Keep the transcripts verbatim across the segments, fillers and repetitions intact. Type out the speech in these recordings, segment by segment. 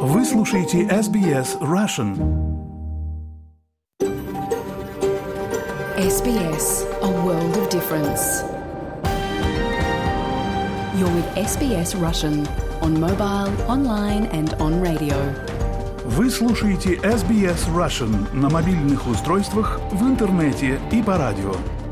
Вы слушаете эс би эс Russian. эс би эс, a world of difference. You're with эс би эс Russian on mobile, online and on radio. Вы слушаете эс би эс Russian на мобильных устройствах, в интернете и по радио.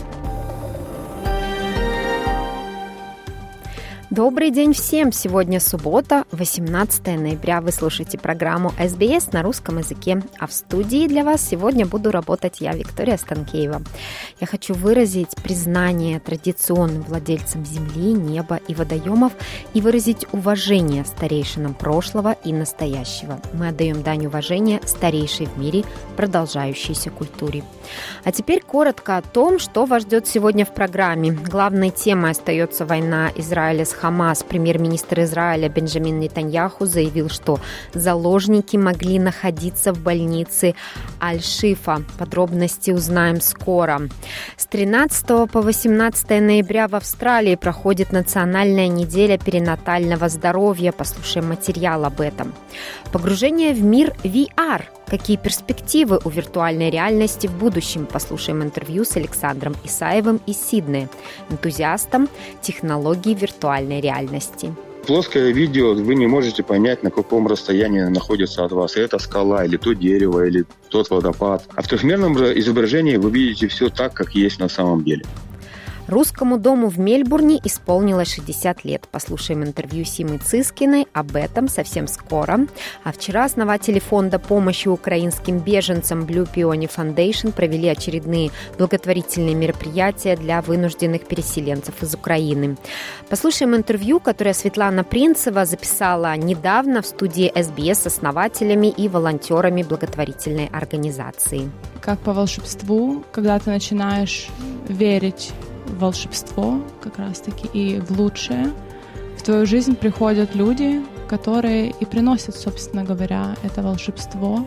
Добрый день всем! Сегодня суббота, восемнадцатое ноября. Вы слушаете программу эс би эс на русском языке. А в студии для вас сегодня буду работать я, Виктория Станкеева. Я хочу выразить признание традиционным владельцам земли, неба и водоемов и выразить уважение старейшинам прошлого и настоящего. Мы отдаем дань уважения старейшей в мире продолжающейся культуре. А теперь коротко о том, что вас ждет сегодня в программе. Главной темой остается война Израиля с Хамас. Премьер-министр Израиля Бенджамин Нетаньяху заявил, что заложники могли находиться в больнице Аль-Шифа. Подробности узнаем скоро. С тринадцатого по восемнадцатое ноября в Австралии проходит национальная неделя перинатального здоровья. Послушаем материал об этом. Погружение в мир ви ар. Какие перспективы у виртуальной реальности в будущем? Послушаем интервью с Александром Исаевым из Сиднея, энтузиастом технологий виртуальной реальности. Плоское видео вы не можете понять, на каком расстоянии оно находится от вас. Это скала, или то дерево, или тот водопад. А в трехмерном изображении вы видите все так, как есть на самом деле. Русскому дому в Мельбурне исполнилось шестьдесят лет. Послушаем интервью Симы Цискиной об этом совсем скоро. А вчера основатели фонда помощи украинским беженцам Blue Peony Foundation провели очередные благотворительные мероприятия для вынужденных переселенцев из Украины. Послушаем интервью, которое Светлана Принцева записала недавно в студии эс би эс с основателями и волонтерами благотворительной организации. Как по волшебству, когда ты начинаешь верить в волшебство как раз-таки и в лучшее, в твою жизнь приходят люди, которые и приносят, собственно говоря, это волшебство.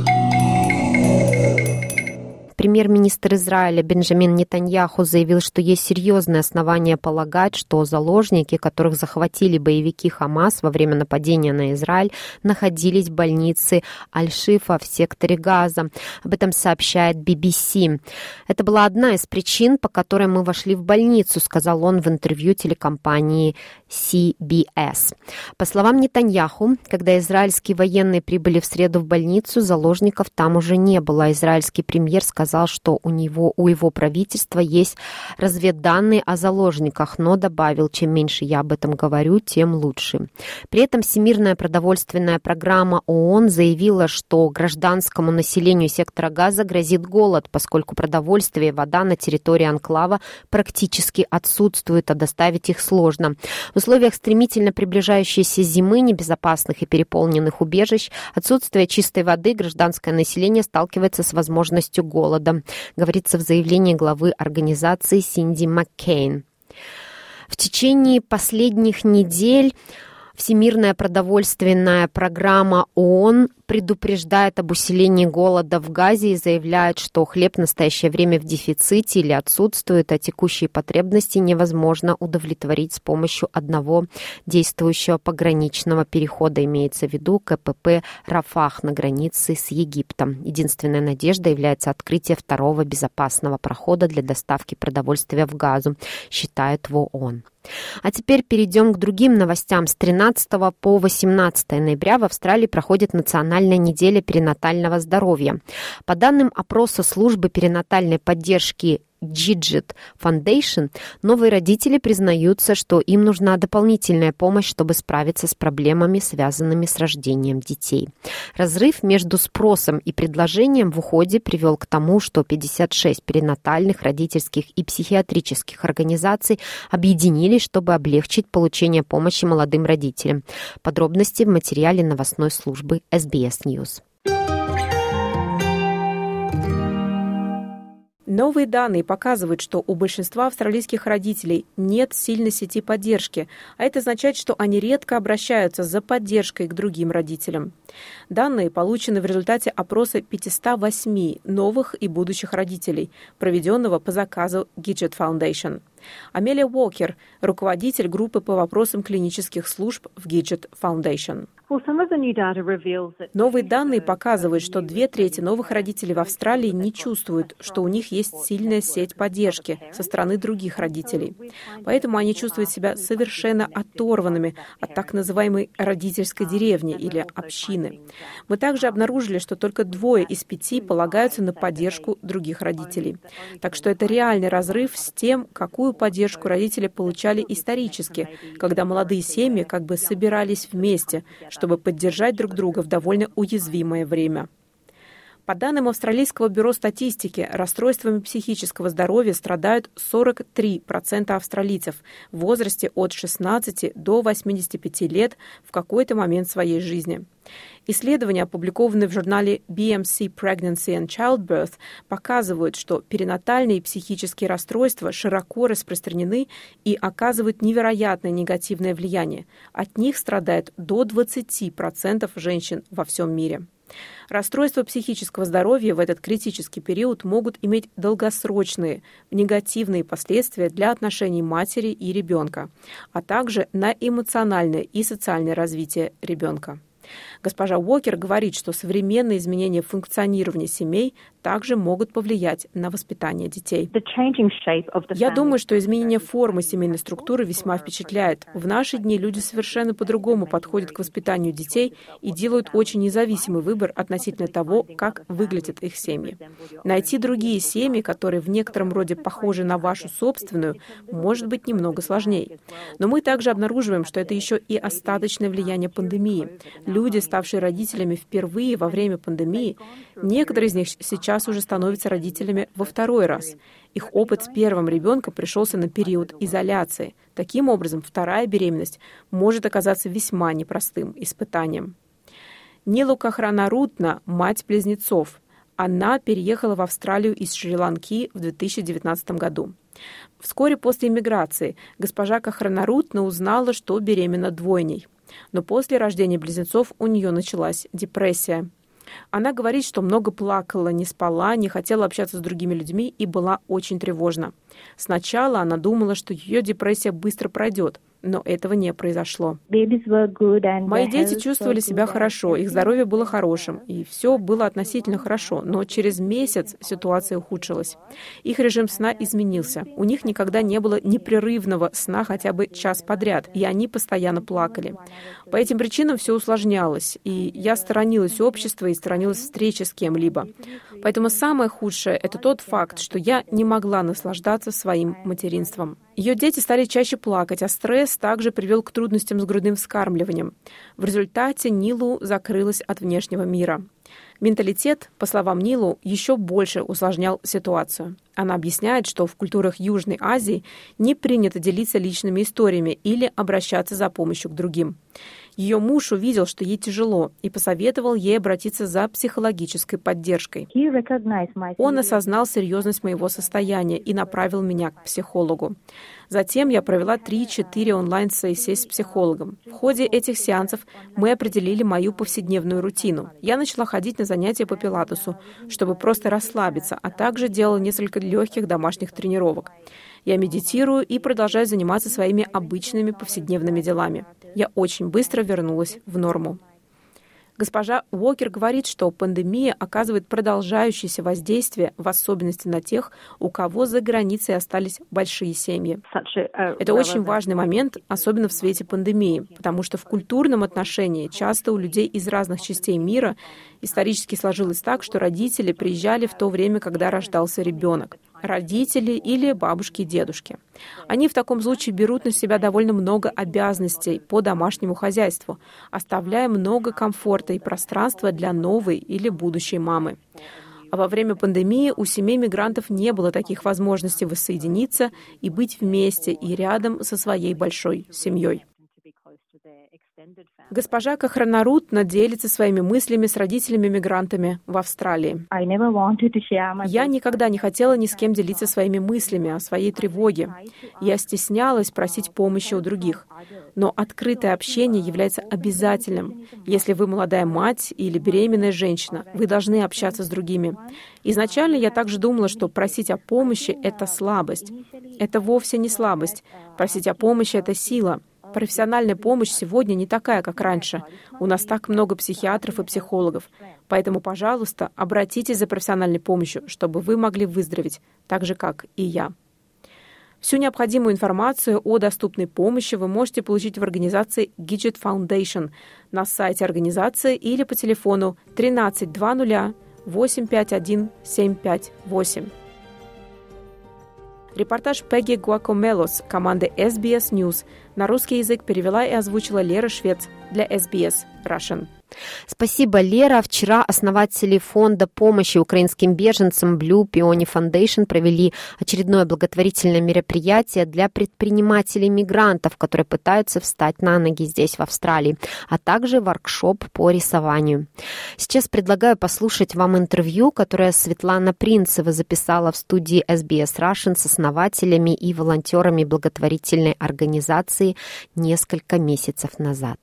Премьер-министр Израиля Бенджамин Нетаньяху заявил, что есть серьезные основания полагать, что заложники, которых захватили боевики Хамас во время нападения на Израиль, находились в больнице Аль-Шифа в секторе Газа. Об этом сообщает би би си. Это была одна из причин, по которой мы вошли в больницу, сказал он в интервью телекомпании си би эс. По словам Нетаньяху, когда израильские военные прибыли в среду в больницу, заложников там уже не было. Израильский премьер сказал, что у него, у его правительства есть разведданные о заложниках, но добавил, чем меньше я об этом говорю, тем лучше. При этом Всемирная продовольственная программа ООН заявила, что гражданскому населению сектора Газа грозит голод, поскольку продовольствие и вода на территории анклава практически отсутствуют, а доставить их сложно. В условиях стремительно приближающейся зимы, небезопасных и переполненных убежищ, отсутствие чистой воды, гражданское население сталкивается с возможностью голода, говорится в заявлении главы организации Синди Маккейн. В течение последних недель Всемирная продовольственная программа ООН предупреждает об усилении голода в Газе и заявляет, что хлеб в настоящее время в дефиците или отсутствует, а текущие потребности невозможно удовлетворить с помощью одного действующего пограничного перехода, имеется в виду ка пэ пэ Рафах на границе с Египтом. Единственной надеждой является открытие второго безопасного прохода для доставки продовольствия в Газу, считают в ООН. А теперь перейдем к другим новостям. С тринадцатого по восемнадцатое ноября в Австралии проходит национальная неделя перинатального здоровья. По данным опроса службы перинатальной поддержки Gidget Foundation, новые родители признаются, что им нужна дополнительная помощь, чтобы справиться с проблемами, связанными с рождением детей. Разрыв между спросом и предложением в уходе привел к тому, что пятьдесят шесть перинатальных, родительских и психиатрических организаций объединились, чтобы облегчить получение помощи молодым родителям. Подробности в материале новостной службы эс би эс News. Новые данные показывают, что у большинства австралийских родителей нет сильной сети поддержки, а это означает, что они редко обращаются за поддержкой к другим родителям. Данные получены в результате опроса пятьсот восемь новых и будущих родителей, проведенного по заказу Gidget Foundation. Амелия Уокер, руководитель группы по вопросам клинических служб в Gidget Foundation. Новые данные показывают, что две трети новых родителей в Австралии не чувствуют, что у них есть сильная сеть поддержки со стороны других родителей. Поэтому они чувствуют себя совершенно оторванными от так называемой родительской деревни или общины. Мы также обнаружили, что только двое из пяти полагаются на поддержку других родителей. Так что это реальный разрыв с тем, какую поддержку родители получали исторически, когда молодые семьи как бы собирались вместе, чтобы поддержать друг друга в довольно уязвимое время. По данным Австралийского бюро статистики, расстройствами психического здоровья страдают сорок три процента австралийцев в возрасте от шестнадцати до восьмидесяти пяти лет в какой-то момент своей жизни. Исследования, опубликованные в журнале би эм си Pregnancy and Childbirth, показывают, что перинатальные психические расстройства широко распространены и оказывают невероятное негативное влияние. От них страдает до двадцати процентов женщин во всем мире. Расстройства психического здоровья в этот критический период могут иметь долгосрочные негативные последствия для отношений матери и ребенка, а также на эмоциональное и социальное развитие ребенка. Госпожа Уокер говорит, что современные изменения функционирования семей также могут повлиять на воспитание детей. Я думаю, что изменение формы семейной структуры весьма впечатляет. В наши дни люди совершенно по-другому подходят к воспитанию детей и делают очень независимый выбор относительно того, как выглядят их семьи. Найти другие семьи, которые в некотором роде похожи на вашу собственную, может быть немного сложнее. Но мы также обнаруживаем, что это еще и остаточное влияние пандемии. Люди, ставшие родителями впервые во время пандемии, некоторые из них сейчас уже становятся родителями во второй раз. Их опыт с первым ребенком пришелся на период изоляции. Таким образом, вторая беременность может оказаться весьма непростым испытанием. Нилу Кахранарутна – мать близнецов. Она переехала в Австралию из Шри-Ланки в две тысячи девятнадцатом году. Вскоре после эмиграции госпожа Кахранарутна узнала, что беременна двойней. Но после рождения близнецов у нее началась депрессия. Она говорит, что много плакала, не спала, не хотела общаться с другими людьми и была очень тревожна. Сначала она думала, что ее депрессия быстро пройдет, но этого не произошло. Мои дети чувствовали себя хорошо, их здоровье было хорошим, и все было относительно хорошо, но через месяц ситуация ухудшилась. Их режим сна изменился. У них никогда не было непрерывного сна хотя бы час подряд, и они постоянно плакали. По этим причинам все усложнялось, и я сторонилась общества и сторонилась встречи с кем-либо. Поэтому самое худшее — это тот факт, что я не могла наслаждаться своим материнством. Ее дети стали чаще плакать, а стресс также привел к трудностям с грудным вскармливанием. В результате Нилу закрылась от внешнего мира. Менталитет, по словам Нилу, еще больше усложнял ситуацию. Она объясняет, что в культурах Южной Азии не принято делиться личными историями или обращаться за помощью к другим. Ее муж увидел, что ей тяжело, и посоветовал ей обратиться за психологической поддержкой. Он осознал серьезность моего состояния и направил меня к психологу. Затем я провела три-четыре онлайн-сессии с психологом. В ходе этих сеансов мы определили мою повседневную рутину. Я начала ходить на занятия по пилатесу, чтобы просто расслабиться, а также делала несколько легких домашних тренировок. Я медитирую и продолжаю заниматься своими обычными повседневными делами. Я очень быстро вернулась в норму. Госпожа Уокер говорит, что пандемия оказывает продолжающееся воздействие, в особенности на тех, у кого за границей остались большие семьи. Это очень важный момент, особенно в свете пандемии, потому что в культурном отношении часто у людей из разных частей мира исторически сложилось так, что родители приезжали в то время, когда рождался ребенок. Родители или бабушки и дедушки. Они в таком случае берут на себя довольно много обязанностей по домашнему хозяйству, оставляя много комфорта и пространства для новой или будущей мамы. А во время пандемии у семей мигрантов не было таких возможностей воссоединиться и быть вместе и рядом со своей большой семьей. Госпожа Кахранарутна делится своими мыслями с родителями-мигрантами в Австралии. Я никогда не хотела ни с кем делиться своими мыслями о своей тревоге. Я стеснялась просить помощи у других. Но открытое общение является обязательным. Если вы молодая мать или беременная женщина, вы должны общаться с другими. Изначально я также думала, что просить о помощи — это слабость. Это вовсе не слабость. Просить о помощи — это сила. Профессиональная помощь сегодня не такая, как раньше. У нас так много психиатров и психологов. Поэтому, пожалуйста, обратитесь за профессиональной помощью, чтобы вы могли выздороветь, так же, как и я. Всю необходимую информацию о доступной помощи вы можете получить в организации Gidget Foundation на сайте организации или по телефону тринадцать двадцать восемь пять один семь пять восемь. Репортаж Пегги Гуакомелос команды эс би эс News на русский язык перевела и озвучила Лера Швец для эс би эс Russian. Спасибо, Лера. Вчера основатели фонда помощи украинским беженцам Blue Peony Foundation провели очередное благотворительное мероприятие для предпринимателей-мигрантов, которые пытаются встать на ноги здесь, в Австралии, а также воркшоп по рисованию. Сейчас предлагаю послушать вам интервью, которое Светлана Принцева записала в студии эс би эс Russian с основателями и волонтерами благотворительной организации несколько месяцев назад.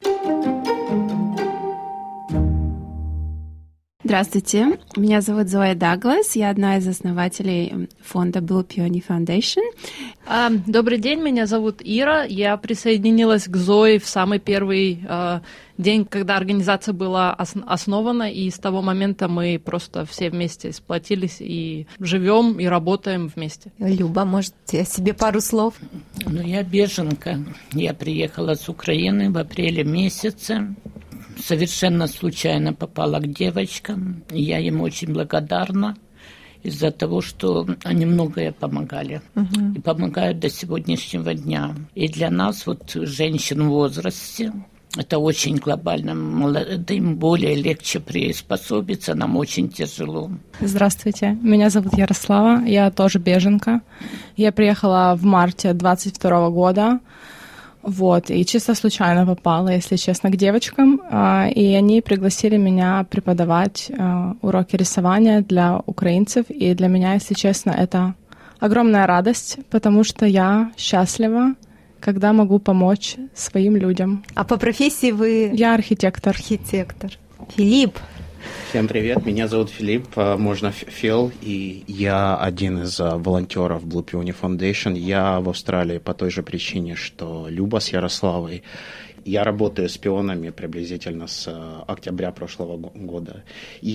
Здравствуйте, меня зовут Зоя Даглас, я одна из основателей фонда Blue Peony Foundation. Добрый день, меня зовут Ира, я присоединилась к Зое в самый первый э, день, когда организация была ос- основана, и с того момента мы просто все вместе сплотились и живем, и работаем вместе. Люба, может, о себе пару слов? Ну, я беженка, я приехала с Украины в апреле месяце. Совершенно случайно попала к девочкам. Я им очень благодарна из-за того, что они многое помогали. Uh-huh. И помогают до сегодняшнего дня. И для нас, вот, женщин в возрасте, это очень глобально. Молодым более легче приспособиться, нам очень тяжело. Здравствуйте, меня зовут Ярослава, я тоже беженка. Я приехала в марте двадцать второго года. Вот, и чисто случайно попала, если честно, к девочкам, и они пригласили меня преподавать уроки рисования для украинцев, и для меня, если честно, это огромная радость, потому что я счастлива, когда могу помочь своим людям. А по профессии вы? Я архитектор. Архитектор. Филипп. Всем привет, меня зовут Филипп, можно Фил, и я один из волонтеров Blue Peony Foundation. Я в Австралии по той же причине, что Люба с Ярославой. Я работаю с пионами приблизительно с октября прошлого года.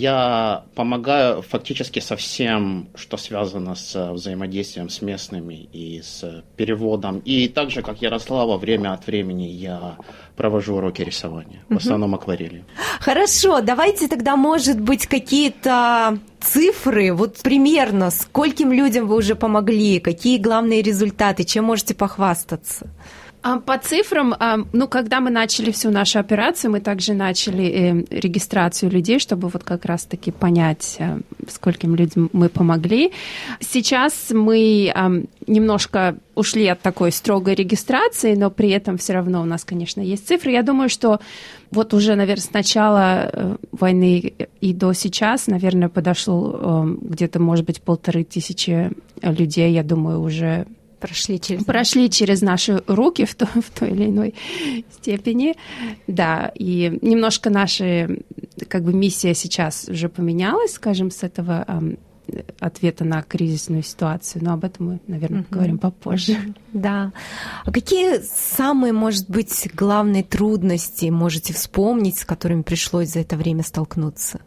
Я помогаю фактически со всем, что связано с взаимодействием с местными и с переводом. И так же, как Ярослава, время от времени я провожу уроки рисования, в основном акварели. Хорошо, давайте тогда, может быть, какие-то цифры, вот примерно, скольким людям вы уже помогли, какие главные результаты, чем можете похвастаться? По цифрам, ну, когда мы начали всю нашу операцию, мы также начали регистрацию людей, чтобы вот как раз-таки понять, скольким людям мы помогли. Сейчас мы немножко ушли от такой строгой регистрации, но при этом все равно у нас, конечно, есть цифры. Я думаю, что вот уже, наверное, с начала войны и до сейчас, наверное, подошло где-то, может быть, полторы тысячи людей, я думаю, уже... Прошли через... Прошли через наши руки в, то, в той или иной степени, да, и немножко наша, как бы, миссия сейчас уже поменялась, скажем, с этого эм, ответа на кризисную ситуацию, но об этом мы, наверное, uh-huh. поговорим попозже. Uh-huh. Да. А какие самые, может быть, главные трудности можете вспомнить, с которыми пришлось за это время столкнуться?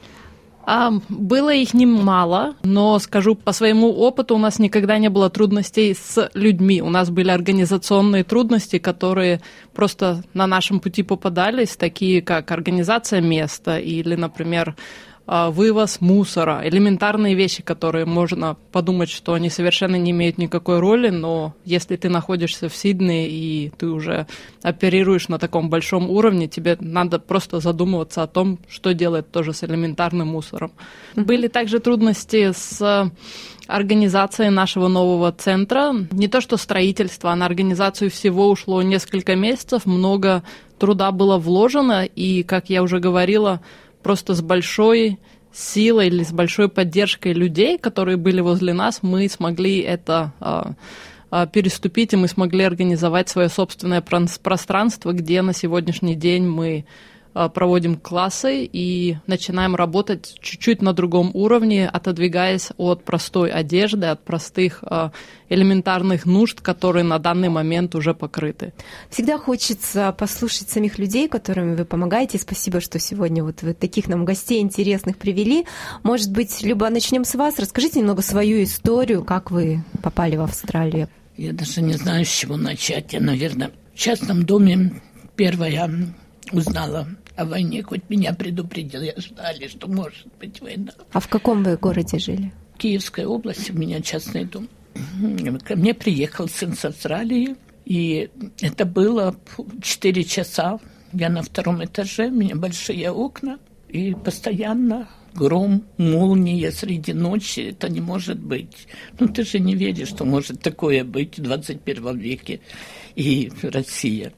Было их немало, но, скажу по своему опыту, у нас никогда не было трудностей с людьми. У нас были организационные трудности, которые просто на нашем пути попадались, такие как организация места или, например, вывоз мусора, элементарные вещи, которые можно подумать, что они совершенно не имеют никакой роли, но если ты находишься в Сиднее и ты уже оперируешь на таком большом уровне, тебе надо просто задумываться о том, что делать тоже с элементарным мусором. Mm-hmm. Были также трудности с организацией нашего нового центра. Не то что строительство, а на организацию всего ушло несколько месяцев, много труда было вложено, и, как я уже говорила, просто с большой силой или с большой поддержкой людей, которые были возле нас, мы смогли это а, а, переступить, и мы смогли организовать свое собственное пространство, где на сегодняшний день мы а, проводим классы и начинаем работать чуть-чуть на другом уровне, отодвигаясь от простой одежды, от простых а, элементарных нужд, которые на данный момент уже покрыты. Всегда хочется послушать самих людей, которым вы помогаете. Спасибо, что сегодня вот вы таких нам гостей интересных привели. Может быть, Люба, начнем с вас. Расскажите немного свою историю, как вы попали в Австралию. Я даже не знаю, с чего начать. Я, наверное, в частном доме первая узнала о войне, хоть меня предупредили, ждали, что может быть война. А в каком вы городе жили? В Киевской области, у меня частный дом. Ко мне приехал сын с Австралии, и это было четыре часа. Я на втором этаже, у меня большие окна, и постоянно гром, молния среди ночи. Это не может быть. Ну, ты же не веришь, что может такое быть в двадцать первом веке и Россия.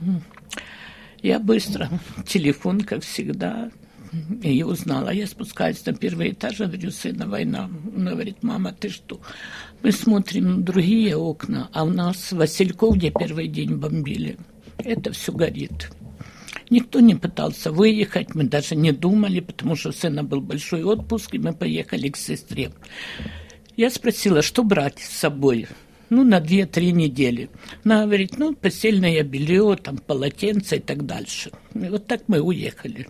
Я быстро, телефон, как всегда, и узнала. Я спускаюсь на первый этаж, говорю, сына, война. Он говорит, мама, ты что? Мы смотрим другие окна, а у нас в Васильков, где первый день бомбили, это все горит. Никто не пытался выехать, мы даже не думали, потому что у сына был большой отпуск, и мы поехали к сестре. Я спросила, что брать с собой? Ну, на две-три недели. Она говорит, ну, постельное белье, там, полотенце и так дальше. И вот так мы уехали.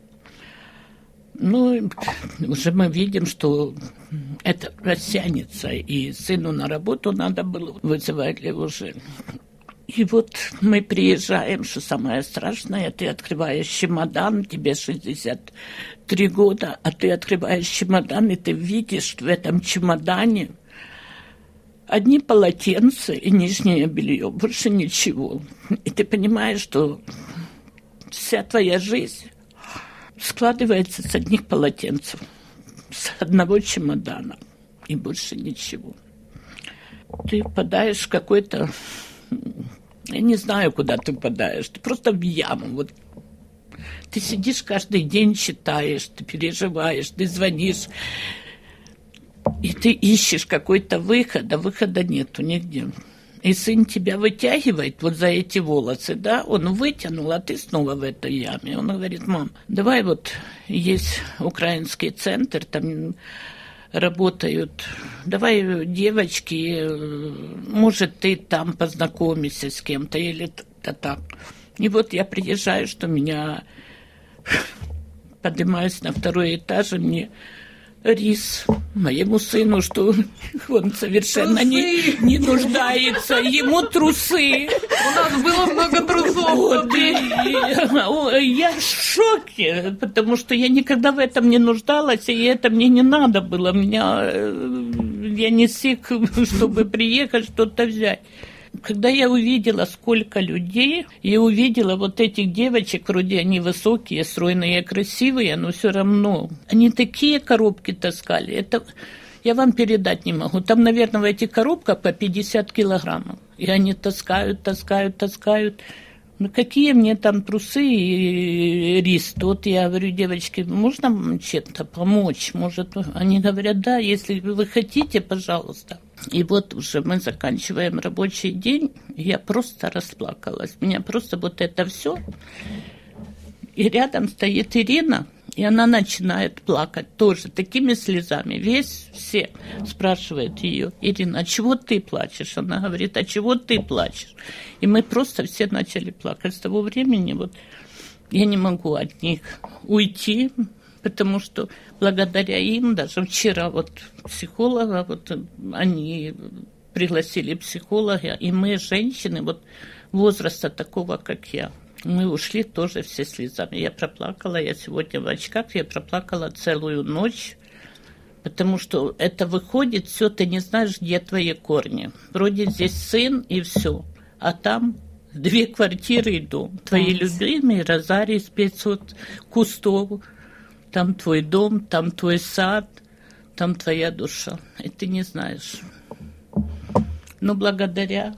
Ну, уже мы видим, что это растянется, и сыну на работу надо было вызывать уже. И вот мы приезжаем, что самое страшное, ты открываешь чемодан, тебе шестьдесят три года, а ты открываешь чемодан, и ты видишь в этом чемодане одни полотенца и нижнее белье, больше ничего. И ты понимаешь, что вся твоя жизнь складывается с одних полотенцев, с одного чемодана, и больше ничего. Ты впадаешь в какой-то... Я не знаю, куда ты впадаешь, ты просто в яму. Вот. Ты сидишь каждый день, читаешь, ты переживаешь, ты звонишь, и ты ищешь какой-то выход, а выхода нету нигде. И сын тебя вытягивает вот за эти волосы, да, он вытянул, а ты снова в этой яме. Он говорит, мам, давай вот есть украинский центр, там работают, давай, девочки, может, ты там познакомишься с кем-то или то так. И вот я приезжаю, что меня поднимаюсь на второй этаж, и мне рис моему сыну, что он совершенно не, не нуждается. Ему трусы. У нас было много трусов. Вот, и, и, я в шоке, потому что я никогда в этом не нуждалась, и это мне не надо было. Меня, я не сик, чтобы приехать, что-то взять. Когда я увидела, сколько людей, я увидела вот этих девочек, вроде они высокие, стройные, красивые, но все равно они такие коробки таскали, это я вам передать не могу. Там, наверное, в этих коробках по пятьдесят килограммов, и они таскают, таскают, таскают. Ну, какие мне там трусы и рис? Вот я говорю, девочки, можно вам чем-то помочь? Может, они говорят, да, если вы хотите, пожалуйста. И вот уже мы заканчиваем рабочий день, и я просто расплакалась. Меня просто вот это все. И рядом стоит Ирина, и она начинает плакать тоже такими слезами. Весь все спрашивают ее, Ирина, а чего ты плачешь? Она говорит, а чего ты плачешь? И мы просто все начали плакать. С того времени вот я не могу от них уйти, потому что благодаря им даже вчера вот психолога, вот они пригласили психолога, и мы, женщины, вот возраста такого, как я, Мы ушли тоже все слезами. Я проплакала, я сегодня в очках, я проплакала целую ночь, потому что это выходит, все, ты не знаешь, где твои корни. Вроде здесь сын и все, а там две квартиры и дом. Твои любимые розарии с пятьсот кустов, там твой дом, там твой сад, там твоя душа. И ты не знаешь. Но благодаря...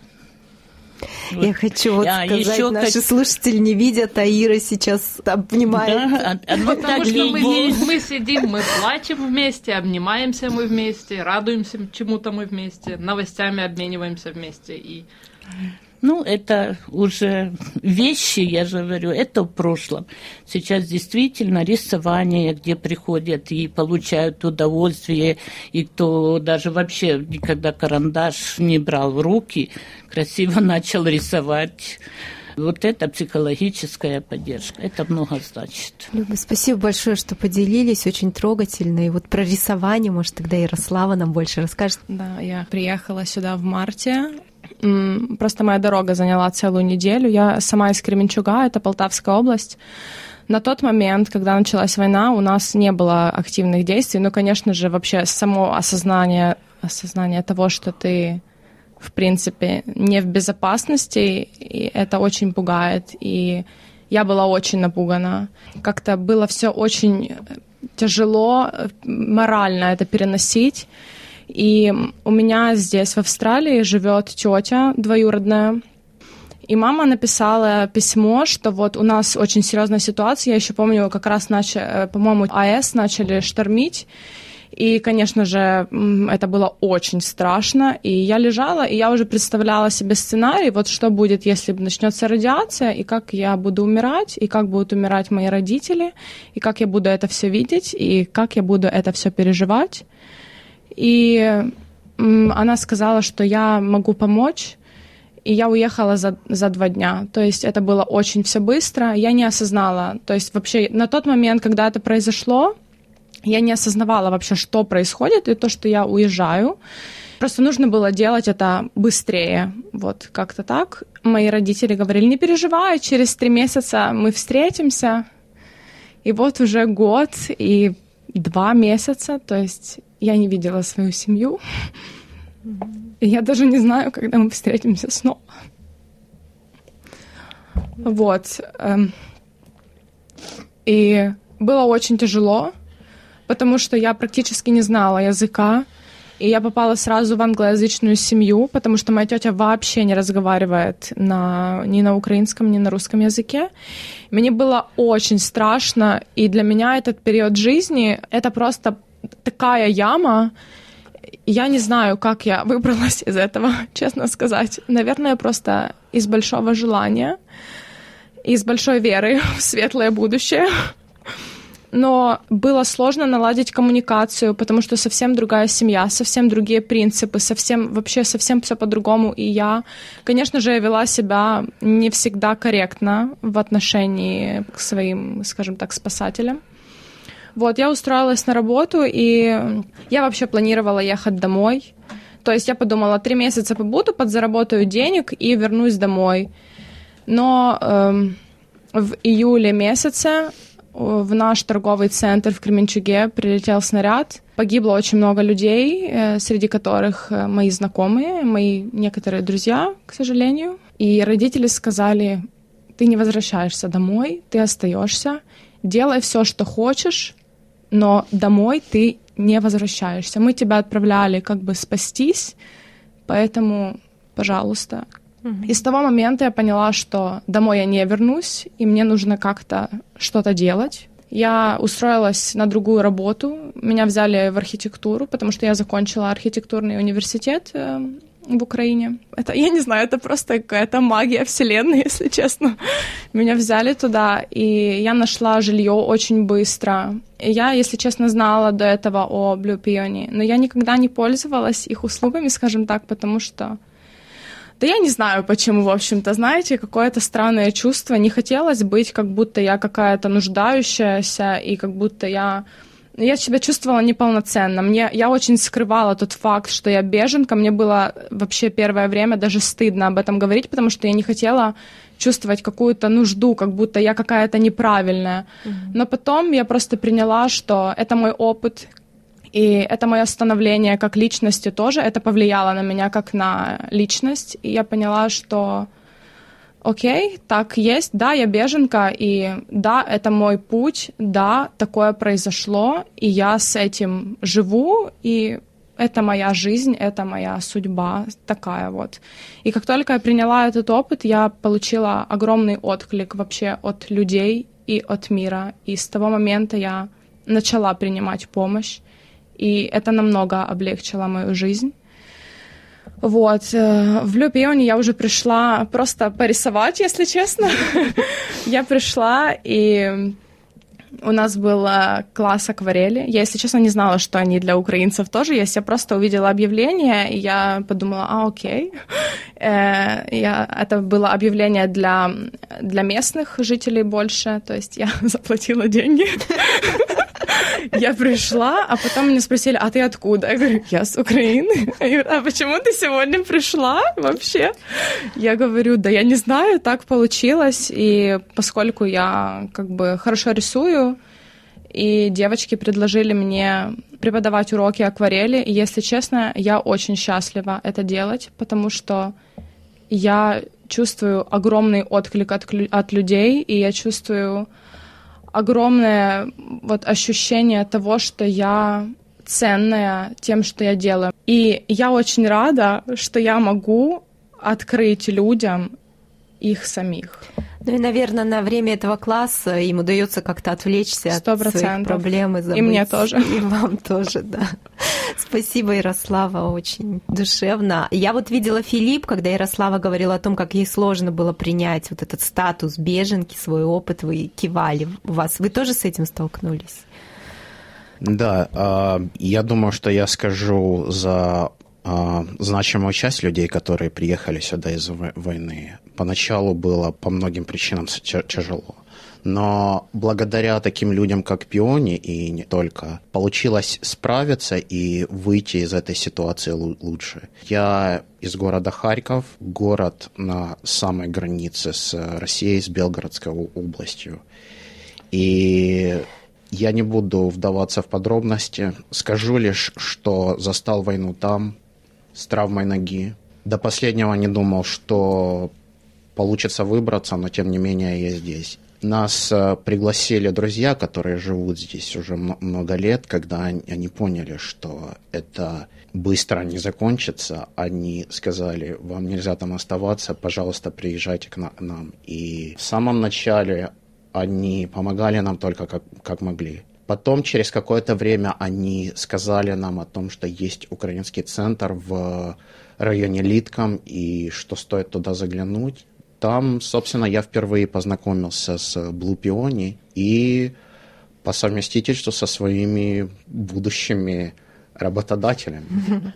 Я хочу вот а, сказать, наши хочу... слушатели не видят, а Ира сейчас обнимает. Да, потому что мы, мы сидим, мы плачем вместе, обнимаемся мы вместе, радуемся чему-то мы вместе, новостями обмениваемся вместе. И... Ну, это уже вещи, я же говорю, это в прошлом. Сейчас действительно рисование, где приходят и получают удовольствие, и кто даже вообще никогда карандаш не брал в руки, красиво начал рисовать. Вот это психологическая поддержка, это много значит. Люба, спасибо большое, что поделились, очень трогательно. И вот про рисование, может, тогда Ярослава нам больше расскажет. Да, я приехала сюда в марте. Просто моя дорога заняла целую неделю. Я сама из Кременчуга, это Полтавская область. На тот момент, когда началась война, у нас не было активных действий. Но, конечно же, вообще само осознание, осознание того, что ты, в принципе, не в безопасности, и это очень пугает. И я была очень напугана. Как-то было все очень тяжело морально это переносить. И у меня здесь, в Австралии, живет тетя двоюродная. И мама написала письмо, что вот у нас очень серьезная ситуация. Я еще помню, как раз, начали, по-моему, АЭС начали штормить. И, конечно же, это было очень страшно. И я лежала, и я уже представляла себе сценарий, вот что будет, если начнется радиация, и как я буду умирать, и как будут умирать мои родители, и как я буду это все видеть, и как я буду это все переживать. И она сказала, что я могу помочь, и я уехала за, за два дня. То есть это было очень все быстро, я не осознала. То есть вообще на тот момент, когда это произошло, я не осознавала вообще, что происходит, и то, что я уезжаю. Просто нужно было делать это быстрее. Вот как-то так. Мои родители говорили, не переживай, через три месяца мы встретимся. И вот уже год и два месяца, то есть... Я не видела свою семью. И я даже не знаю, когда мы встретимся снова. Вот. И было очень тяжело, потому что я практически не знала языка. И я попала сразу в англоязычную семью, потому что моя тетя вообще не разговаривает на, ни на украинском, ни на русском языке. Мне было очень страшно, и для меня этот период жизни — это просто такая яма. Я не знаю, как я выбралась из этого, честно сказать. Наверное, просто из большого желания, из большой веры в светлое будущее. Но было сложно наладить коммуникацию, потому что совсем другая семья, совсем другие принципы, совсем, вообще совсем все по-другому. И я, конечно же, вела себя не всегда корректно в отношении к своим, скажем так, спасателям. Вот, я устроилась на работу, и я вообще планировала ехать домой. То есть я подумала, три месяца побуду, подзаработаю денег и вернусь домой. Но э, в июле месяце в наш торговый центр в Кременчуге прилетел снаряд. Погибло очень много людей, э, среди которых мои знакомые, мои некоторые друзья, к сожалению. И родители сказали, ты не возвращаешься домой, ты остаешься, делай все, что хочешь, но домой ты не возвращаешься. Мы тебя отправляли как бы спастись, поэтому, пожалуйста. Mm-hmm. И с того момента я поняла, что домой я не вернусь, и мне нужно как-то что-то делать. Я устроилась на другую работу. Меня взяли в архитектуру, потому что я закончила архитектурный университет э, в Украине. Это, я не знаю, это просто какая-то магия вселенной, если честно. Меня взяли туда, и я нашла жилье очень быстро. И я, если честно, знала до этого о Blue Peony, но я никогда не пользовалась их услугами, скажем так, потому что... Да я не знаю, почему, в общем-то, знаете, какое-то странное чувство. Не хотелось быть, как будто я какая-то нуждающаяся, и как будто я Я себя чувствовала неполноценно. Мне, я очень скрывала тот факт, что я беженка. Мне было вообще первое время даже стыдно об этом говорить, потому что я не хотела чувствовать какую-то нужду, как будто я какая-то неправильная. Mm-hmm. Но потом я просто приняла, что это мой опыт, и это мое становление как личности тоже. Это повлияло на меня как на личность. И я поняла, что окей, так есть, да, я беженка, и да, это мой путь, да, такое произошло, и я с этим живу, и это моя жизнь, это моя судьба такая вот. И как только я приняла этот опыт, я получила огромный отклик вообще от людей и от мира, и с того момента я начала принимать помощь, и это намного облегчило мою жизнь. Вот. В Blue Peony я уже пришла просто порисовать, если честно. Я пришла, и у нас был класс акварели. Я, если честно, не знала, что они для украинцев тоже есть. Я просто увидела объявление, и я подумала, а, окей. Я, это было объявление для, для местных жителей больше, то есть я заплатила деньги. Я пришла, а потом меня спросили, а ты откуда? Я говорю, я с Украины. Я говорю, а почему ты сегодня пришла вообще? Я говорю, да я не знаю, так получилось. И поскольку я как бы хорошо рисую, и девочки предложили мне преподавать уроки акварели, и, если честно, я очень счастлива это делать, потому что я чувствую огромный отклик от, от людей, и я чувствую огромное вот ощущение того, что я ценная тем, что я делаю. И я очень рада, что я могу открыть людям их самих. Ну и, наверное, на время этого класса им удается как-то отвлечься сто процентов. От своих проблем и забыть. И мне тоже. И вам тоже, да. Спасибо, Ярослава, очень душевно. Я вот видела Филипп, когда Ярослава говорила о том, как ей сложно было принять вот этот статус беженки, свой опыт, вы кивали у вас. Вы тоже с этим столкнулись? Да, я думаю, что я скажу за значимую часть людей, которые приехали сюда из войны. Поначалу было по многим причинам тяжело. Но благодаря таким людям, как Пиони, и не только, получилось справиться и выйти из этой ситуации лучше. Я из города Харьков, город на самой границе с Россией, с Белгородской областью. И я не буду вдаваться в подробности. Скажу лишь, что застал войну там, с травмой ноги. До последнего не думал, что получится выбраться, но тем не менее я здесь. Нас пригласили друзья, которые живут здесь уже много лет, когда они поняли, что это быстро не закончится. Они сказали, вам нельзя там оставаться, пожалуйста, приезжайте к нам. И в самом начале они помогали нам только как, как могли. Потом, через какое-то время, они сказали нам о том, что есть украинский центр в районе Литком, и что стоит туда заглянуть. Там, собственно, я впервые познакомился с Blue Peony и по совместительству со своими будущими работодателями.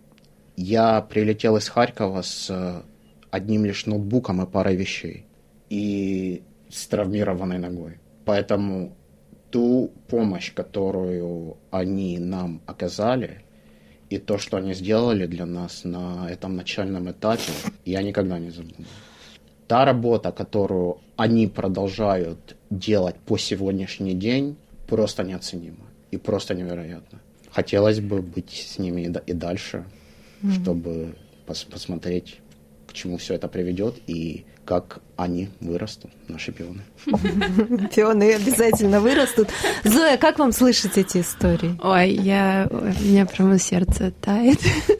Я прилетел из Харькова с одним лишь ноутбуком и парой вещей, и с травмированной ногой. Поэтому ту помощь, которую они нам оказали, и то, что они сделали для нас на этом начальном этапе, я никогда не забуду. Та работа, которую они продолжают делать по сегодняшний день, просто неоценима и просто невероятно. Хотелось бы быть с ними и дальше, mm-hmm. чтобы пос- посмотреть, к чему все это приведет и как они вырастут, наши пионы. Пионы обязательно вырастут. Зоя, как вам слышать эти истории? Ой, я, у меня прямо сердце тает.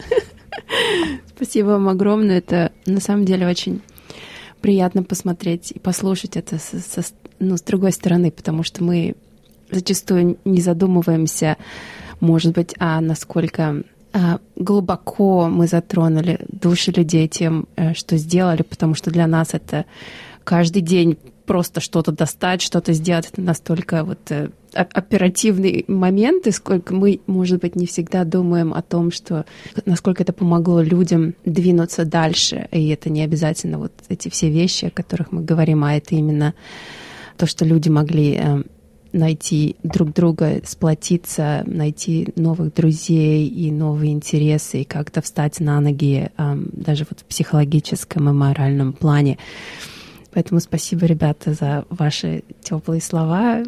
Спасибо вам огромное. Это на самом деле очень приятно посмотреть и послушать это со, со, ну, с другой стороны, потому что мы зачастую не задумываемся, может быть, а насколько а, глубоко мы затронули души людей тем, что сделали, потому что для нас это каждый день просто что-то достать, что-то сделать, это настолько вот оперативные моменты, сколько мы, может быть, не всегда думаем о том, что насколько это помогло людям двинуться дальше, и это не обязательно вот эти все вещи, о которых мы говорим, а это именно то, что люди могли найти друг друга, сплотиться, найти новых друзей и новые интересы, и как-то встать на ноги даже вот в психологическом и моральном плане. Поэтому спасибо, ребята, за ваши теплые слова.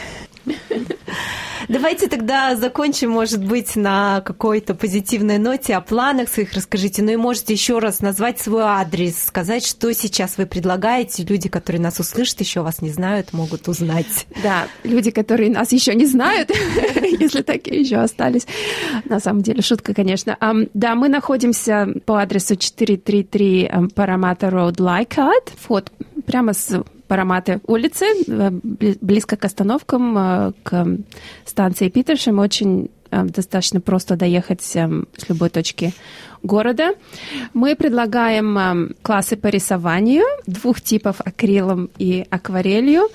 Давайте тогда закончим, может быть, на какой-то позитивной ноте, о планах своих расскажите. Ну и можете еще раз назвать свой адрес, сказать, что сейчас вы предлагаете. Люди, которые нас услышат, еще вас не знают, могут узнать. Да, люди, которые нас еще не знают, если такие еще остались. На самом деле, шутка, конечно. Да, мы находимся по адресу четыреста тридцать три Parramatta Road, Leichhardt. Вход прямо с Параматы улицы, близко к остановкам, к станции Питершем. Очень достаточно просто доехать с любой точки города. Мы предлагаем классы по рисованию двух типов: акрилом и акварелью.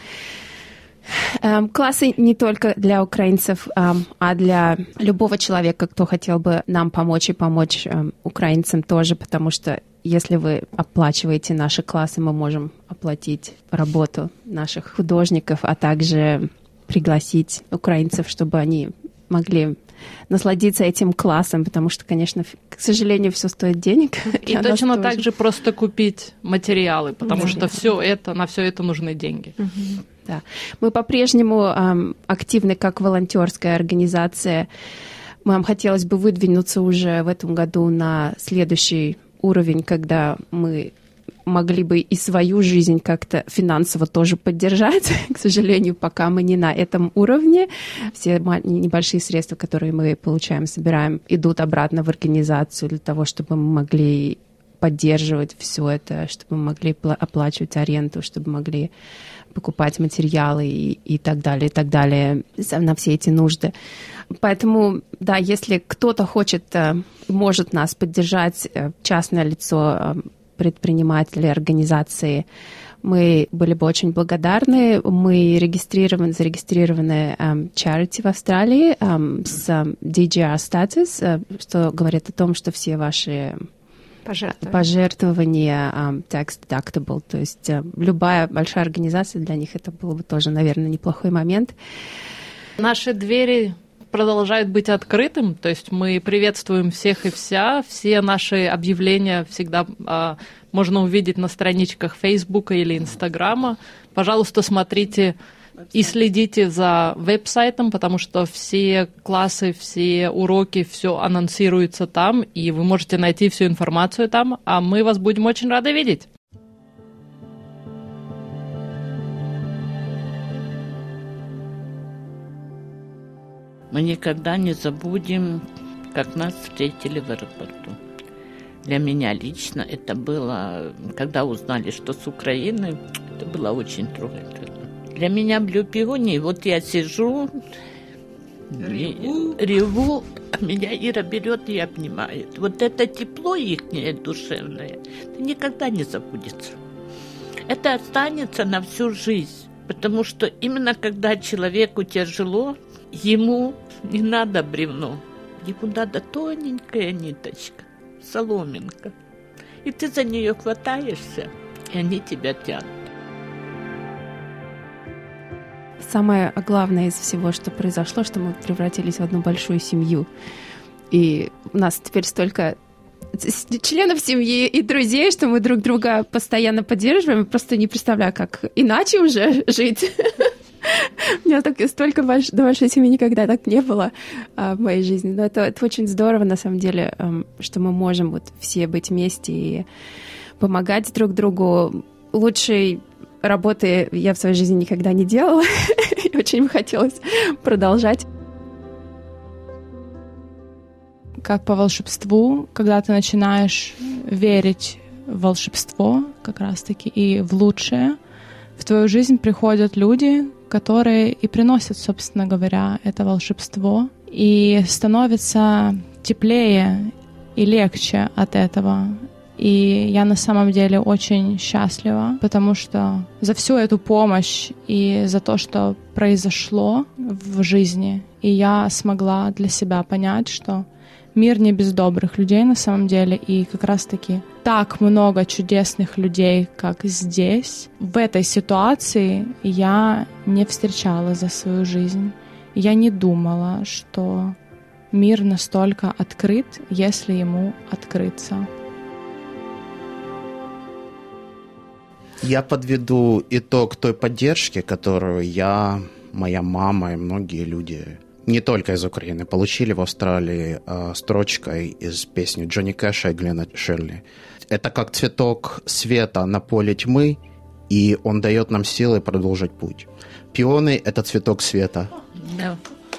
Классы не только для украинцев, а для любого человека, кто хотел бы нам помочь и помочь украинцам тоже, потому что если вы оплачиваете наши классы, мы можем оплатить работу наших художников, а также пригласить украинцев, чтобы они могли насладиться этим классом, потому что, конечно, к сожалению, все стоит денег. И точно так же просто купить материалы, потому да. что все это, на все это нужны деньги. Угу. Да. Мы по-прежнему эм, активны как волонтерская организация. Нам хотелось бы выдвинуться уже в этом году на следующий уровень, когда мы могли бы и свою жизнь как-то финансово тоже поддержать. К сожалению, пока мы не на этом уровне. Все небольшие средства, которые мы получаем, собираем, идут обратно в организацию для того, чтобы мы могли поддерживать все это, чтобы мы могли оплачивать аренду, чтобы могли покупать материалы и, и так далее, и так далее на все эти нужды. Поэтому, да, если кто-то хочет, может нас поддержать, частное лицо, предприниматели, организации, мы были бы очень благодарны. Мы регистрированы, зарегистрированы um, charity в Австралии um, с ди джи ар статус, uh, что говорит о том, что все ваши пожертвования, пожертвования um, tax deductible, то есть uh, любая большая организация, для них это было бы тоже, наверное, неплохой момент. Наши двери продолжают быть открытым, то есть мы приветствуем всех и вся, все наши объявления всегда а, можно увидеть на страничках Фейсбука или Инстаграма. Пожалуйста, смотрите и следите за веб-сайтом, потому что все классы, все уроки, все анонсируется там, и вы можете найти всю информацию там, а мы вас будем очень рады видеть. Мы никогда не забудем, как нас встретили в аэропорту. Для меня лично это было, когда узнали, что с Украины, это было очень трогательно. Для меня в Люпионе, вот я сижу, реву, реву, а меня Ира берет и обнимает. Вот это тепло ихнее душевное, это никогда не забудется. Это останется на всю жизнь, потому что именно когда человеку тяжело, ему не надо бревно, ему надо тоненькая ниточка, соломинка. И ты за нее хватаешься, и они тебя тянут. Самое главное из всего, что произошло, что мы превратились в одну большую семью. И у нас теперь столько членов семьи и друзей, что мы друг друга постоянно поддерживаем. Просто не представляю, как иначе уже жить. У меня так, столько больш, до большой семьи никогда так не было а, в моей жизни. Но это, это очень здорово, на самом деле, а, что мы можем вот все быть вместе и помогать друг другу. Лучшей работы я в своей жизни никогда не делала. И очень хотелось продолжать. Как по волшебству, когда ты начинаешь верить в волшебство как раз-таки и в лучшее, в твою жизнь приходят люди, которые и приносят, собственно говоря, это волшебство, и становится теплее и легче от этого. И я на самом деле очень счастлива, потому что за всю эту помощь и за то, что произошло в жизни, и я смогла для себя понять, что мир не без добрых людей на самом деле, и как раз-таки так много чудесных людей, как здесь. В этой ситуации я не встречала за свою жизнь. Я не думала, что мир настолько открыт, если ему открыться. Я подведу итог той поддержки, которую я, моя мама и многие люди, не только из Украины, получили в Австралии э, строчкой из песни Джонни Кэша и Глена Ширли. Это как цветок света на поле тьмы, и он дает нам силы продолжить путь. Пионы — это цветок света. Да.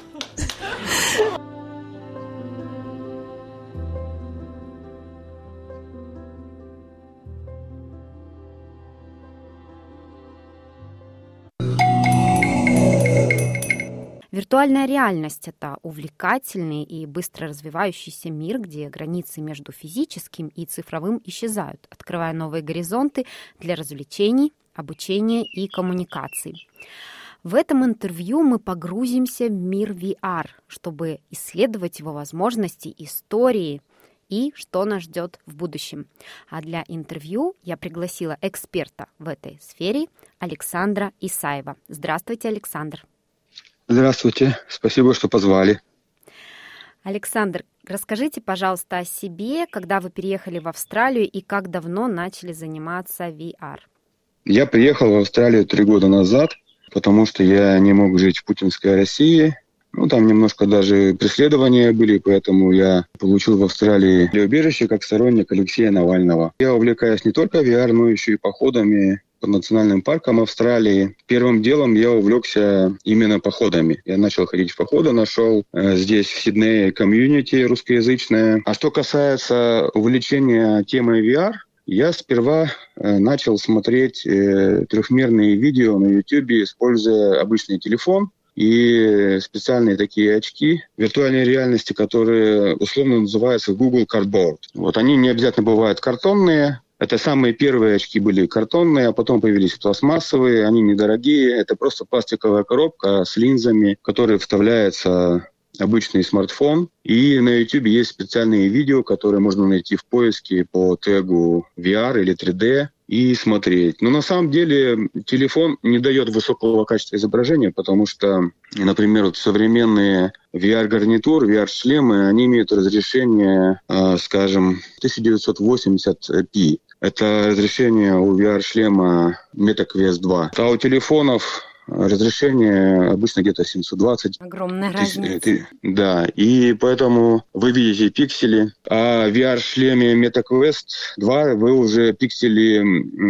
Виртуальная реальность — это увлекательный и быстро развивающийся мир, где границы между физическим и цифровым исчезают, открывая новые горизонты для развлечений, обучения и коммуникаций. В этом интервью мы погрузимся в мир ви ар, чтобы исследовать его возможности, истории и что нас ждет в будущем. А для интервью я пригласила эксперта в этой сфере Александра Исаева. Здравствуйте, Александр. Здравствуйте, спасибо, что позвали. Александр, расскажите, пожалуйста, о себе, когда вы переехали в Австралию и как давно начали заниматься ви ар. Я приехал в Австралию три года назад, потому что я не мог жить в путинской России. Ну, там немножко даже преследования были, поэтому я получил в Австралии убежище как сторонник Алексея Навального. Я увлекаюсь не только ви ар, но еще и походами по национальным паркам Австралии. Первым делом я увлекся именно походами. Я начал ходить в походы, нашел э, здесь в Сиднее комьюнити русскоязычное. А что касается увлечения темой ви ар, я сперва э, начал смотреть э, трехмерные видео на YouTube, используя обычный телефон и специальные такие очки виртуальной реальности, которые условно называются Google Cardboard. Вот они не обязательно бывают картонные. Это самые первые очки были картонные, а потом появились пластмассовые, они недорогие. Это просто пластиковая коробка с линзами, в которые вставляется обычный смартфон. И на YouTube есть специальные видео, которые можно найти в поиске по тегу ви ар или три дэ и смотреть. Но на самом деле телефон не дает высокого качества изображения, потому что, например, вот современные ви ар-гарнитуры, ви ар-шлемы, они имеют разрешение, скажем, тысяча девятьсот восемьдесят пи. Это разрешение у ви ар-шлема MetaQuest два. А у телефонов разрешение обычно где-то семьсот двадцать. Огромная разница. Да, и поэтому вы видите пиксели, а в ви ар-шлеме MetaQuest два вы уже пиксели,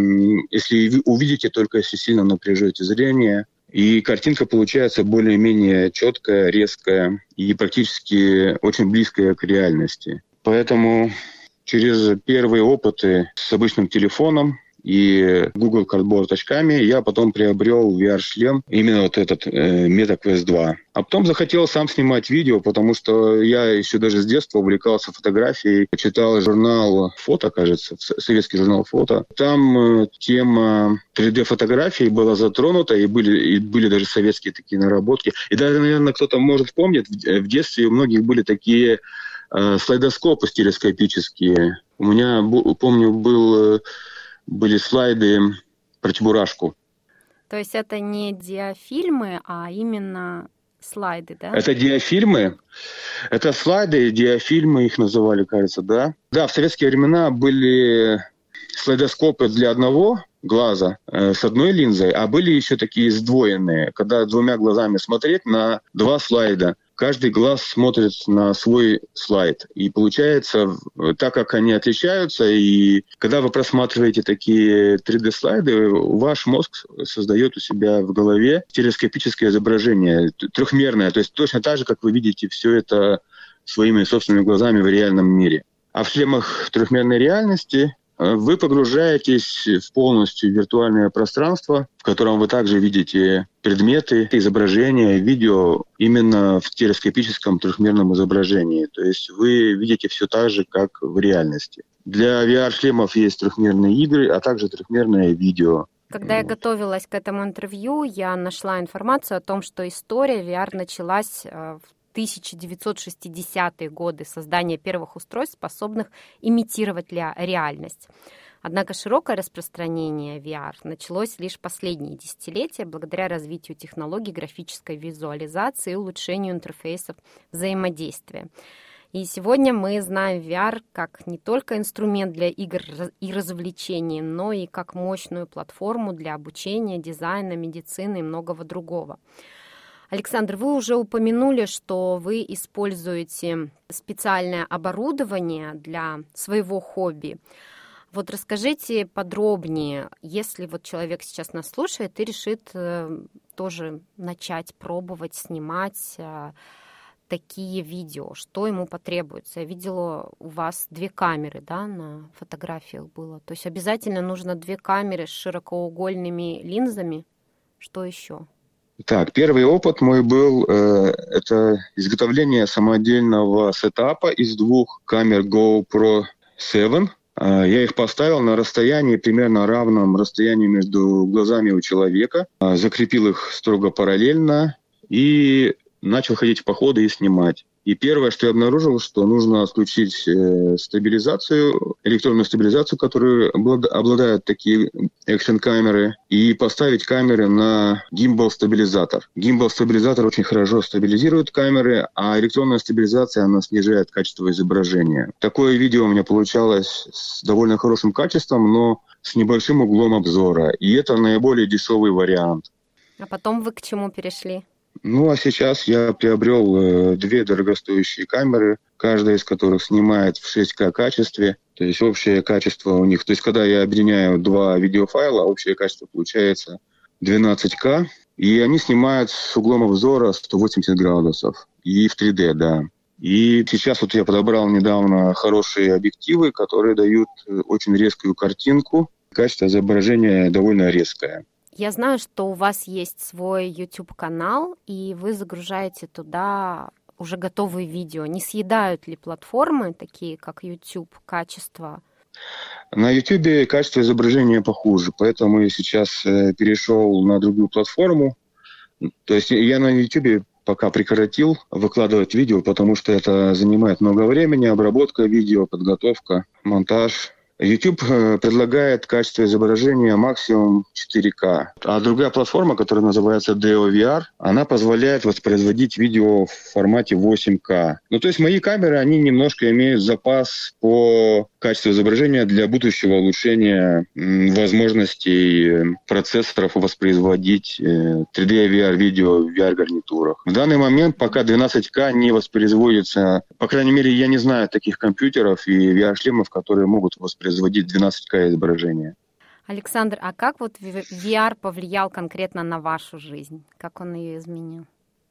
если увидите, только если сильно напряжете зрение. И картинка получается более-менее четкая, резкая и практически очень близкая к реальности. Поэтому через первые опыты с обычным телефоном и Google Cardboard очками я потом приобрел ви ар-шлем, именно вот этот э, MetaQuest два. А потом захотел сам снимать видео, потому что я еще даже с детства увлекался фотографией, читал журнал «Фото», кажется, советский журнал «Фото». Там э, тема три дэ-фотографий была затронута, и были, и были даже советские такие наработки. И даже, наверное, кто-то может помнить, в, в детстве у многих были такие э, слайдоскопы стереоскопические. У меня, помню, был... были слайды про Чебурашку. То есть это не диафильмы, а именно слайды, да? Это диафильмы. Это слайды, диафильмы их называли, кажется, да? Да, в советские времена были слайдоскопы для одного глаза э, с одной линзой, а были еще такие сдвоенные, когда двумя глазами смотреть на два слайда. Каждый глаз смотрит на свой слайд. И получается, так как они отличаются, и когда вы просматриваете такие три дэ-слайды, ваш мозг создает у себя в голове стереоскопическое изображение, трехмерное. То есть точно так же, как вы видите все это своими собственными глазами в реальном мире. А в шлемах трехмерной реальности вы погружаетесь в полностью виртуальное пространство, в котором вы также видите предметы, изображения, видео именно в стереоскопическом трехмерном изображении. То есть вы видите все так же, как в реальности. Для ви ар-шлемов есть трехмерные игры, а также трехмерное видео. Когда я готовилась к этому интервью, я нашла информацию о том, что история ви ар началась в тысяча девятьсот шестидесятые годы создания первых устройств, способных имитировать реальность. Однако широкое распространение ви ар началось лишь последние десятилетия благодаря развитию технологий графической визуализации и улучшению интерфейсов взаимодействия. И сегодня мы знаем ви ар как не только инструмент для игр и развлечений, но и как мощную платформу для обучения, дизайна, медицины и многого другого. Александр, вы уже упомянули, что вы используете специальное оборудование для своего хобби. Вот расскажите подробнее, если вот человек сейчас нас слушает и решит тоже начать пробовать снимать такие видео, что ему потребуется? Я видела, у вас две камеры, да, на фотографиях было. То есть обязательно нужно две камеры с широкоугольными линзами. Что еще? Так, первый опыт мой был, э, это изготовление самодельного сетапа из двух камер GoPro семь. Э, я их поставил на расстоянии, примерно равном расстоянию между глазами у человека, э, закрепил их строго параллельно и начал ходить в походы и снимать. И первое, что я обнаружил, что нужно отключить э, стабилизацию, электронную стабилизацию, которую обладают такие экшн-камеры, и поставить камеры на гимбал-стабилизатор. Гимбал-стабилизатор очень хорошо стабилизирует камеры, а электронная стабилизация, она снижает качество изображения. Такое видео у меня получалось с довольно хорошим качеством, но с небольшим углом обзора. И это наиболее дешевый вариант. А потом вы к чему перешли? Ну, а сейчас я приобрел э, две дорогостоящие камеры, каждая из которых снимает в шесть ка качестве. То есть общее качество у них... То есть когда я объединяю два видеофайла, общее качество получается двенадцать ка. И они снимают с углом обзора сто восемьдесят градусов. И в три дэ, да. И сейчас вот я подобрал недавно хорошие объективы, которые дают очень резкую картинку. Качество изображения довольно резкое. Я знаю, что у вас есть свой YouTube-канал, и вы загружаете туда уже готовые видео. Не съедают ли платформы, такие как YouTube, качество? На YouTube качество изображения похуже, поэтому я сейчас перешел на другую платформу. То есть я на YouTube пока прекратил выкладывать видео, потому что это занимает много времени, обработка видео, подготовка, монтаж. YouTube предлагает качество изображения максимум четыре ка. А другая платформа, которая называется ди о ви ар, она позволяет воспроизводить видео в формате восемь ка. Ну, то есть мои камеры, они немножко имеют запас по качеству изображения для будущего улучшения возможностей процессоров воспроизводить три дэ ви ар-видео в ви ар-гарнитурах. В данный момент пока двенадцать ка не воспроизводится, по крайней мере, я не знаю таких компьютеров и ви ар-шлемов, которые могут воспроизводить двенадцать ка изображения. Александр, а как вот ви ар повлиял конкретно на вашу жизнь? Как он ее изменил?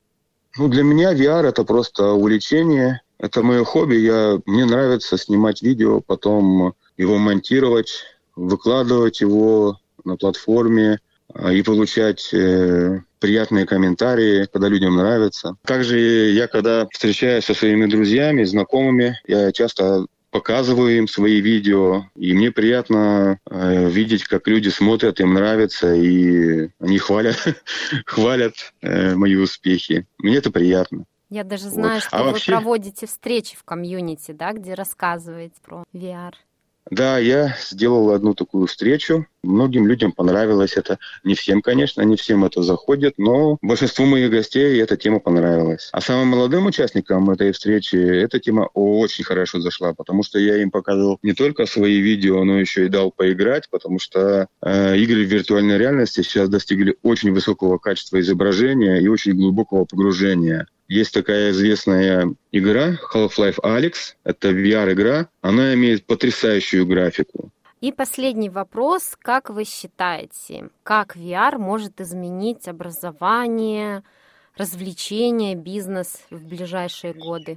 Ну, для меня ви ар — это просто увлечение. Это мое хобби. Я, мне нравится снимать видео, потом его монтировать, выкладывать его на платформе и получать э, приятные комментарии, когда людям нравится. Также я, когда встречаюсь со своими друзьями, знакомыми, я часто показываю им свои видео, и мне приятно э, видеть, как люди смотрят, им нравится, и они хвалят, хвалят э, мои успехи. Мне это приятно. Я даже знаю, вот. Что а вы вообще... проводите встречи в комьюнити, да, где рассказываете про ви ар. Да, я сделал одну такую встречу. Многим людям понравилось это. Не всем, конечно, не всем это заходит, но большинству моих гостей эта тема понравилась. А самым молодым участникам этой встречи эта тема очень хорошо зашла, потому что я им показывал не только свои видео, но еще и дал поиграть, потому что э, игры в виртуальной реальности сейчас достигли очень высокого качества изображения и очень глубокого погружения. Есть такая известная игра Half-Life Alyx. Это ви ар-игра. Она имеет потрясающую графику. И последний вопрос. Как вы считаете, как ви ар может изменить образование, развлечения, бизнес в ближайшие годы?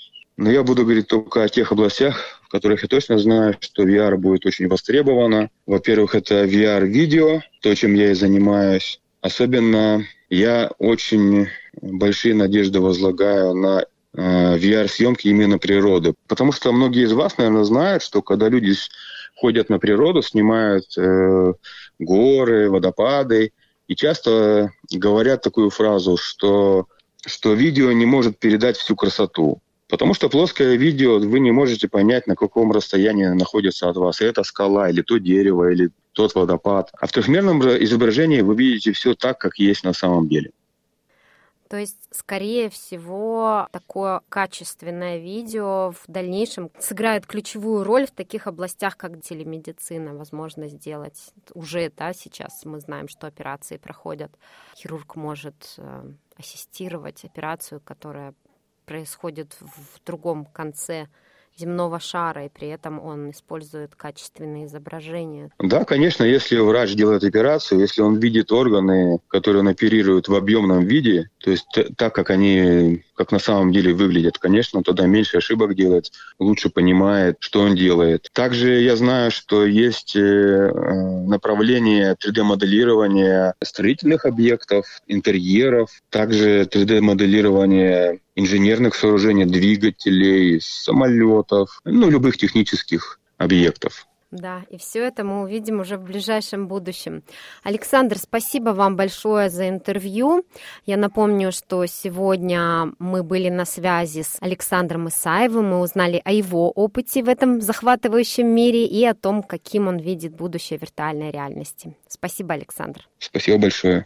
Но я буду говорить только о тех областях, в которых я точно знаю, что ви ар будет очень востребовано. Во-первых, это ви ар-видео, то, чем я и занимаюсь. Особенно я очень большие надежды возлагаю на э, ви ар-съемки именно природы. Потому что многие из вас, наверное, знают, что когда люди ходят на природу, снимают э, горы, водопады, и часто говорят такую фразу, что что видео не может передать всю красоту. Потому что плоское видео вы не можете понять, на каком расстоянии находится от вас. Это скала, или то дерево, или тот водопад. А в трехмерном изображении вы видите все так, как есть на самом деле. То есть, скорее всего, такое качественное видео в дальнейшем сыграет ключевую роль в таких областях, как телемедицина. Возможно сделать уже, да, сейчас мы знаем, что операции проходят. Хирург может э, ассистировать операцию, которая происходит в другом конце земного шара, и при этом он использует качественные изображения. Да, конечно, если врач делает операцию, если он видит органы, которые он оперирует в объемном виде, то есть так, как они, как на самом деле выглядят, конечно, тогда меньше ошибок делает, лучше понимает, что он делает. Также я знаю, что есть направление три дэ-моделирования строительных объектов, интерьеров, также три дэ-моделирование инженерных сооружений, двигателей, самолетов, ну, любых технических объектов. Да, и все это мы увидим уже в ближайшем будущем. Александр, спасибо вам большое за интервью. Я напомню, что сегодня мы были на связи с Александром Исаевым. Мы узнали о его опыте в этом захватывающем мире и о том, каким он видит будущее виртуальной реальности. Спасибо, Александр. Спасибо большое.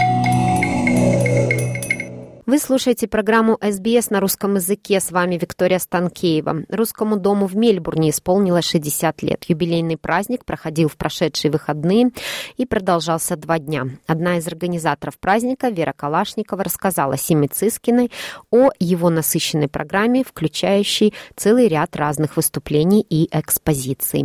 Вы слушаете программу эс би эс на русском языке. С вами Виктория Станкеева. Русскому дому в Мельбурне исполнилось шестьдесят лет. Юбилейный праздник проходил в прошедшие выходные и продолжался два дня. Одна из организаторов праздника, Вера Калашникова, рассказала Симе Цискиной о его насыщенной программе, включающей целый ряд разных выступлений и экспозиций.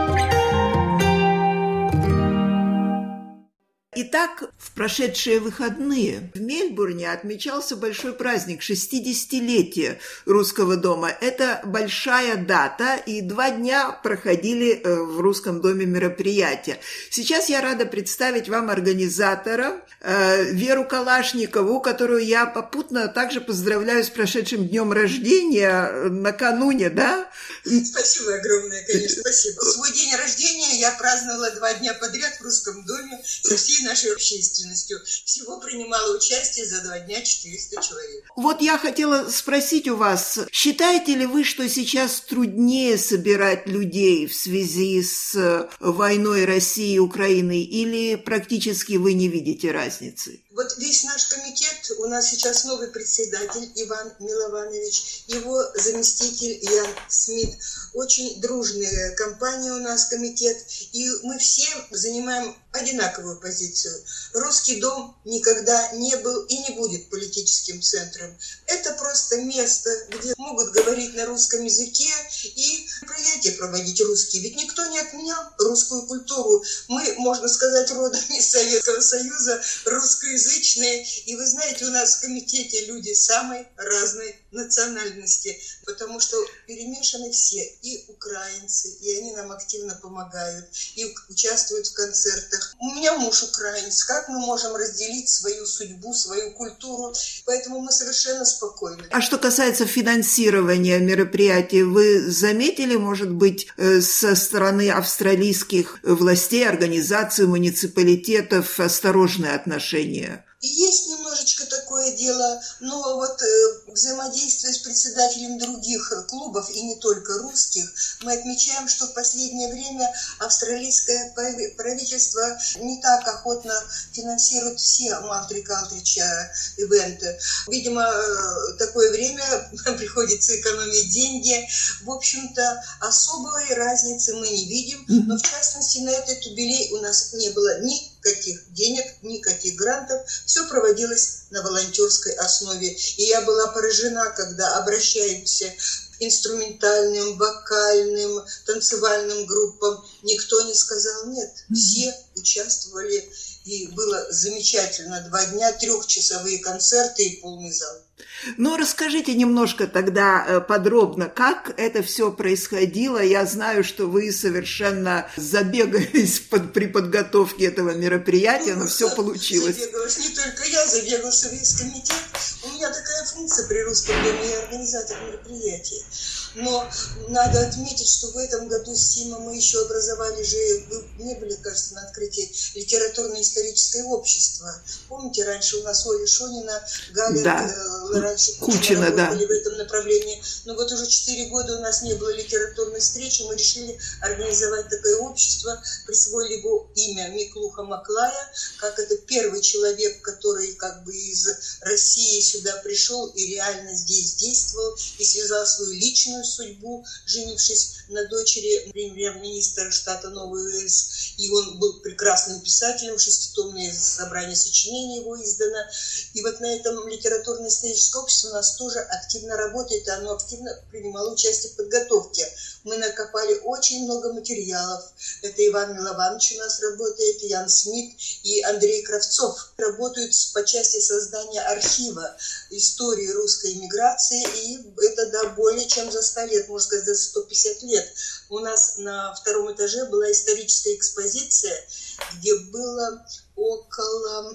Итак, в прошедшие выходные в Мельбурне отмечался большой праздник – шестидесятилетие Русского дома. Это большая дата, и два дня проходили в Русском доме мероприятия. Сейчас я рада представить вам организатора Веру Калашникову, которую я попутно также поздравляю с прошедшим днем рождения накануне, да? Спасибо огромное, конечно, спасибо. Свой день рождения я праздновала два дня подряд в Русском доме со всей нашей общественностью. Всего принимало участие за два дня четыреста человек. Вот я хотела спросить у вас, считаете ли вы, что сейчас труднее собирать людей в связи с войной России и Украины, или практически вы не видите разницы? Вот весь наш комитет, у нас сейчас новый председатель Иван Милованович, его заместитель Ян Смит. Очень дружная компания у нас комитет, и мы все занимаем одинаковую позицию. Русский дом никогда не был и не будет политическим центром. Это просто место, где могут говорить на русском языке и мероприятия проводить русские. Ведь никто не отменял русскую культуру. Мы, можно сказать, родом из Советского Союза, русскоязычные. И вы знаете, у нас в комитете люди самой разной национальности, потому что перемешаны все, и украинцы, и они нам активно помогают, и участвуют в концертах. У меня муж украинец, как мы можем разделить свою судьбу, свою культуру, поэтому мы совершенно спокойны. А что касается финансирования мероприятий, вы заметили, может быть, со стороны австралийских властей, организаций, муниципалитетов осторожное отношение? Есть немножечко такое дело, но вот э, взаимодействие с председателем других клубов, и не только русских, мы отмечаем, что в последнее время австралийское правительство не так охотно финансирует все Multicultural ивенты. Видимо, э, такое время приходится экономить деньги. В общем-то, особой разницы мы не видим, но в частности на этот юбилей у нас не было ни никаких денег, никаких грантов. Все проводилось на волонтерской основе. И я была поражена, когда обращаемся к инструментальным, вокальным, танцевальным группам. Никто не сказал нет. Все участвовали. И было замечательно. Два дня, трехчасовые концерты и полный зал. Ну, расскажите немножко тогда подробно, как это все происходило. Я знаю, что вы совершенно забегались под, при подготовке этого мероприятия, но ну, все получилось. Забегалась не только я, забегался весь комитет. У меня такая функция при Русском доме, я организатор мероприятий. Но надо отметить, что в этом году с Сима мы еще образовали же, вы не были, кажется, на открытии литературно-историческое общество. Помните, раньше у нас Оля Шонина, Галя, да. э, раньше Кучина, да. в этом направлении. Но вот уже четыре года у нас не было литературной встречи, мы решили организовать такое общество, присвоили его имя Миклуха Маклая, как это первый человек, который как бы из России сюда пришел и реально здесь действовал, и связал свою личную судьбу, женившись на дочери премьер-министра штата Новый Уэльс. И он был прекрасным писателем, шеститомное собрание сочинений его издано. И вот на этом литературно-историческое общество у нас тоже активно работает, и оно активно принимало участие в подготовке. Мы накопали очень много материалов. Это Иван Милованович у нас работает, Ян Смит и Андрей Кравцов. Работают по части создания архива истории русской эмиграции, и это да, более чем за сто лет, можно сказать, за сто пятьдесят лет. У нас на втором этаже была историческая экспозиция, где было около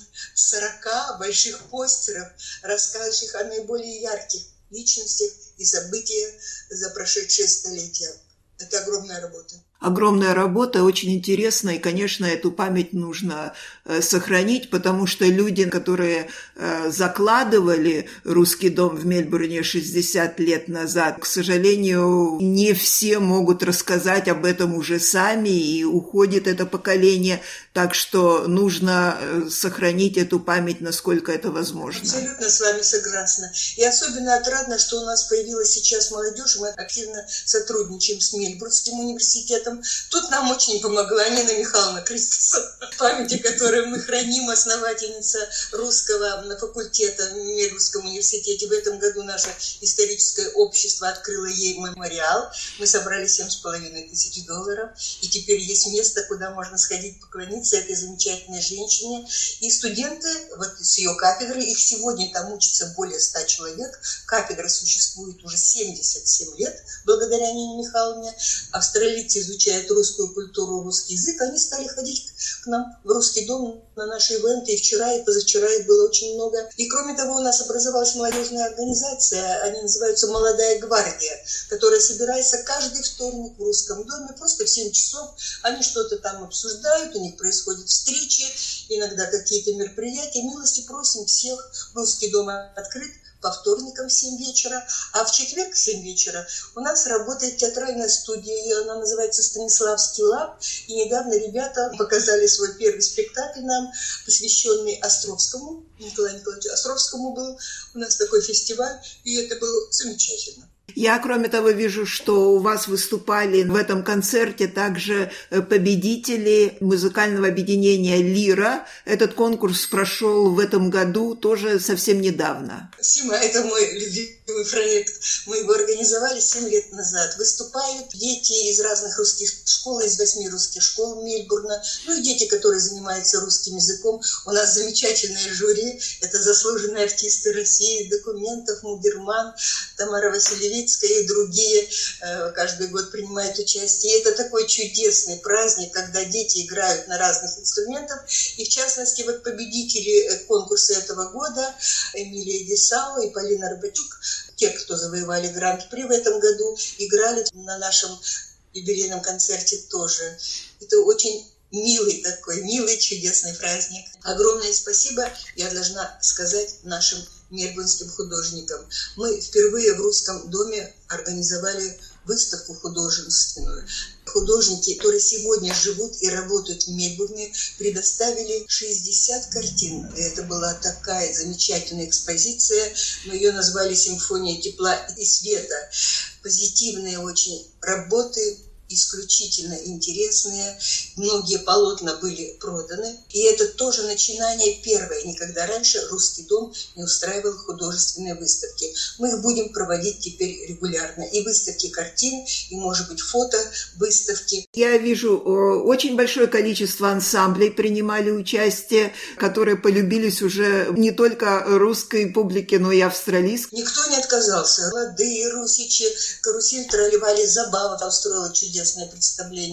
сорока больших постеров, рассказывающих о наиболее ярких личностях и событиях за прошедшие столетия. Это огромная работа. Огромная работа, очень интересная, и, конечно, эту память нужно э, сохранить, потому что люди, которые э, закладывали русский дом в Мельбурне шестьдесят лет назад, к сожалению, не все могут рассказать об этом уже сами, и уходит это поколение, так что нужно э, сохранить эту память, насколько это возможно. Абсолютно с вами согласна. И особенно отрадно, что у нас появилась сейчас молодежь, мы активно сотрудничаем с Мельбурнским университетом. Тут нам очень помогла Нина Михайловна Кристенсен, памяти которой мы храним, основательница русского факультета в Мельбурнском университете. В этом году наше историческое общество открыло ей мемориал. Мы собрали семь с половиной тысяч долларов, и теперь есть место, куда можно сходить поклониться этой замечательной женщине. И студенты вот с ее кафедры, их сегодня там учатся более ста человек. Кафедра существует уже семьдесят семь лет, благодаря Нине Михайловне. Австралийцы изучают русскую культуру, русский язык, они стали ходить к нам в русский дом на наши ивенты, и вчера, и позавчера их было очень много. И кроме того, у нас образовалась молодежная организация, они называются «Молодая гвардия», которая собирается каждый вторник в русском доме, просто в семь часов, они что-то там обсуждают, у них происходят встречи, иногда какие-то мероприятия. Милости просим всех, русский дом открыт по вторникам в семь вечера, а в четверг в семь вечера у нас работает театральная студия, она называется «Станиславский лаб», и недавно ребята показали свой первый спектакль нам, посвященный Островскому, Николаю Николаевичу Островскому был у нас такой фестиваль, и это было замечательно. Я, кроме того, вижу, что у вас выступали в этом концерте также победители музыкального объединения «Лира». Этот конкурс прошел в этом году, тоже совсем недавно. Сима, это мой любимый проект. Мы его организовали семь лет назад. Выступают дети из разных русских школ, из восьми русских школ Мельбурна, ну и дети, которые занимаются русским языком. У нас замечательное жюри. Это заслуженные артисты России, Документов, Мугерман, Тамара Васильевич и другие каждый год принимают участие. И это такой чудесный праздник, когда дети играют на разных инструментах. И в частности, вот победители конкурса этого года Эмилия Десау и Полина Рыбачук, те, кто завоевали гран-при в этом году, играли на нашем юбилейном концерте тоже. Это очень милый такой, милый, чудесный праздник. Огромное спасибо я должна сказать нашим мельбурнским художникам. Мы впервые в русском доме организовали выставку художественную. Художники, которые сегодня живут и работают в Мельбурне, предоставили шестьдесят картин. Это была такая замечательная экспозиция. Мы ее назвали «Симфония тепла и света». Позитивные очень работы, исключительно интересные. Многие полотна были проданы. И это тоже начинание первое. Никогда раньше русский дом не устраивал художественные выставки. Мы их будем проводить теперь регулярно. И выставки картин, и, может быть, фото выставки. Я вижу, очень большое количество ансамблей принимали участие, которые полюбились уже не только русской публике, но и австралийской. Никто не отказался. Лады, русичи, карусель, тролливали, забава устроила чудесное представление.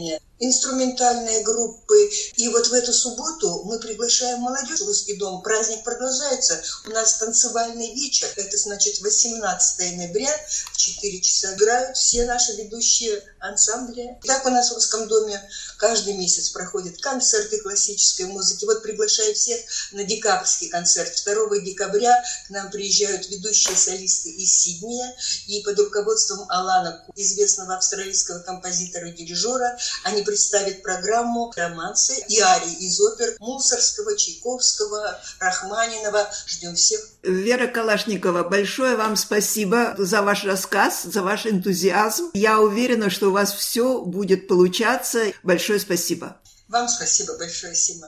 инструментальные группы. И вот в эту субботу мы приглашаем молодежь в Русский дом. Праздник продолжается. У нас танцевальный вечер. Это значит восемнадцатого ноября в четыре часа играют все наши ведущие ансамбли. Так у нас в Русском доме каждый месяц проходят концерты классической музыки. Вот приглашаю всех на декабрьский концерт. второго декабря к нам приезжают ведущие солисты из Сиднея. И под руководством Алана, известного австралийского композитора и дирижера, они представят программу романсы и арии из опер Мусоргского, Чайковского, Рахманинова. Ждем всех. Вера Калашникова, большое вам спасибо за ваш рассказ, за ваш энтузиазм. Я уверена, что у вас все будет получаться. Большое спасибо. Вам спасибо большое, Сима.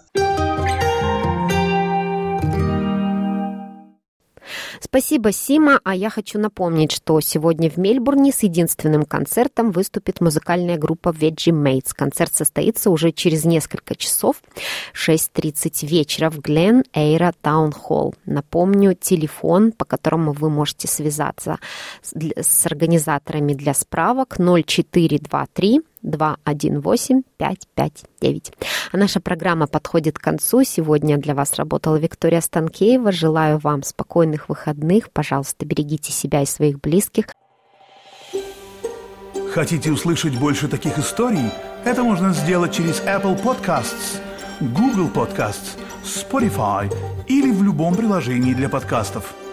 Спасибо, Сима. А я хочу напомнить, что сегодня в Мельбурне с единственным концертом выступит музыкальная группа Vegemaites. Концерт состоится уже через несколько часов, шесть тридцать вечера в Глен Эйра Таун Холл. Напомню, телефон, по которому вы можете связаться с, с организаторами для справок, ноль четыре два три два один восемь пять пять девять. А наша программа подходит к концу. Сегодня для вас работала Виктория Станкеева. Желаю вам спокойных выходных. Пожалуйста, берегите себя и своих близких. Хотите услышать больше таких историй? Это можно сделать через Apple Podcasts, Google Podcasts, Spotify или в любом приложении для подкастов.